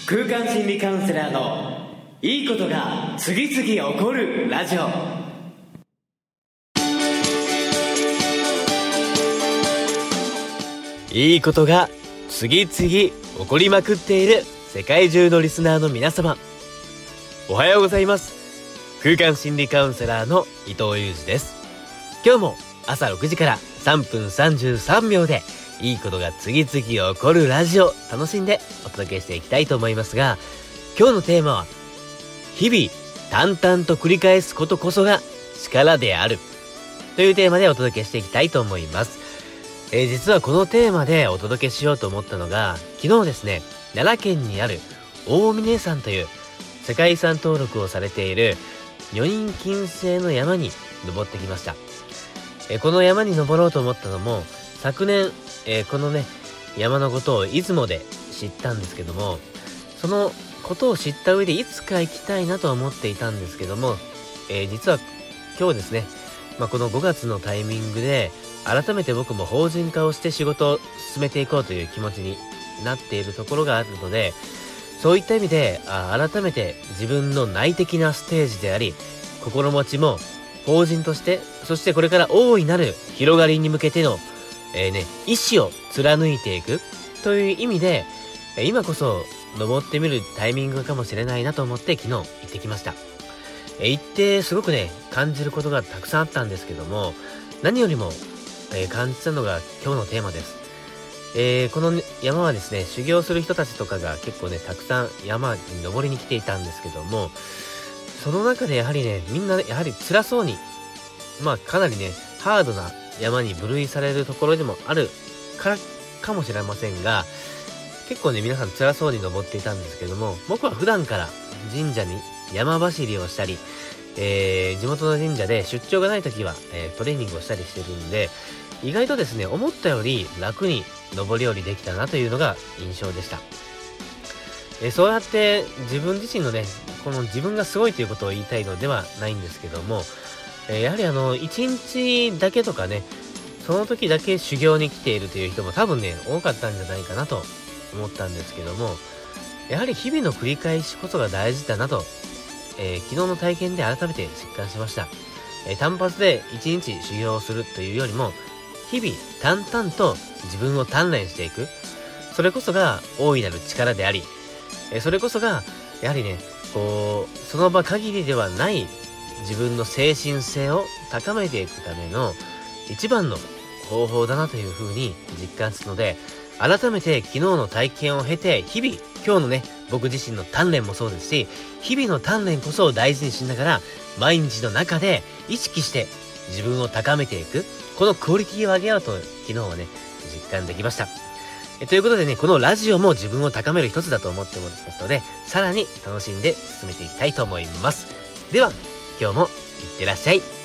空間心理カウンセラーのいいことが次々起こるラジオ。いいことが次々起こりまくっている世界中のリスナーの皆様、おはようございます。空間心理カウンセラーの伊藤裕二です。今日も朝6時から3分33秒でいいことが次々起こるラジオ、楽しんでお届けしていきたいと思いますが、今日のテーマは日々淡々と繰り返すことこそが力であるというテーマでお届けしていきたいと思います。実はこのテーマでお届けしようと思ったのが、昨日ですね、奈良県にある大峰山という世界遺産登録をされている女人禁制の山に登ってきました。この山に登ろうと思ったのも昨年、このね山のことを出雲で知ったんですけども、そのことを知った上でいつか行きたいなと思っていたんですけども、実は今日ですね、この5月のタイミングで改めて僕も法人化をして仕事を進めていこうという気持ちになっているところがあるので、そういった意味で改めて自分の内的なステージであり、心持ちも法人として、そしてこれから大いなる広がりに向けての、意志を貫いていくという意味で、今こそ登ってみるタイミングかもしれないなと思って昨日行ってきました。行ってすごくね感じることがたくさんあったんですけども、何よりも、感じたのが今日のテーマです。この山はですね、修行する人たちとかが結構ねたくさん山に登りに来ていたんですけども、その中でやはりね、みんなやはり辛そうに、かなりねハードな山に分類されるところでもあるからかもしれませんが、結構ね皆さん辛そうに登っていたんですけども、僕は普段から神社に山走りをしたり、地元の神社で出張がない時は、トレーニングをしたりしてるんで、意外とですね思ったより楽に登り降りできたなというのが印象でした。そうやって自分自身のね、この自分がすごいということを言いたいのではないんですけども、やはり一日だけとかね、その時だけ修行に来ているという人も多分ね多かったんじゃないかなと思ったんですけども、やはり日々の繰り返しこそが大事だなと、昨日の体験で改めて実感しました。単発で一日修行をするというよりも、日々淡々と自分を鍛錬していく、それこそが大いなる力であり、それこそがやはりねその場限りではない自分の精神性を高めていくための一番の方法だなというふうに実感するので、改めて昨日の体験を経て、日々今日のね僕自身の鍛錬もそうですし、日々の鍛錬こそを大事にしながら毎日の中で意識して自分を高めていく、このクオリティを上げようと昨日はね実感できました。ということでね、このラジオも自分を高める一つだと思っておりますので、さらに楽しんで進めていきたいと思います。では今日もいってらっしゃい。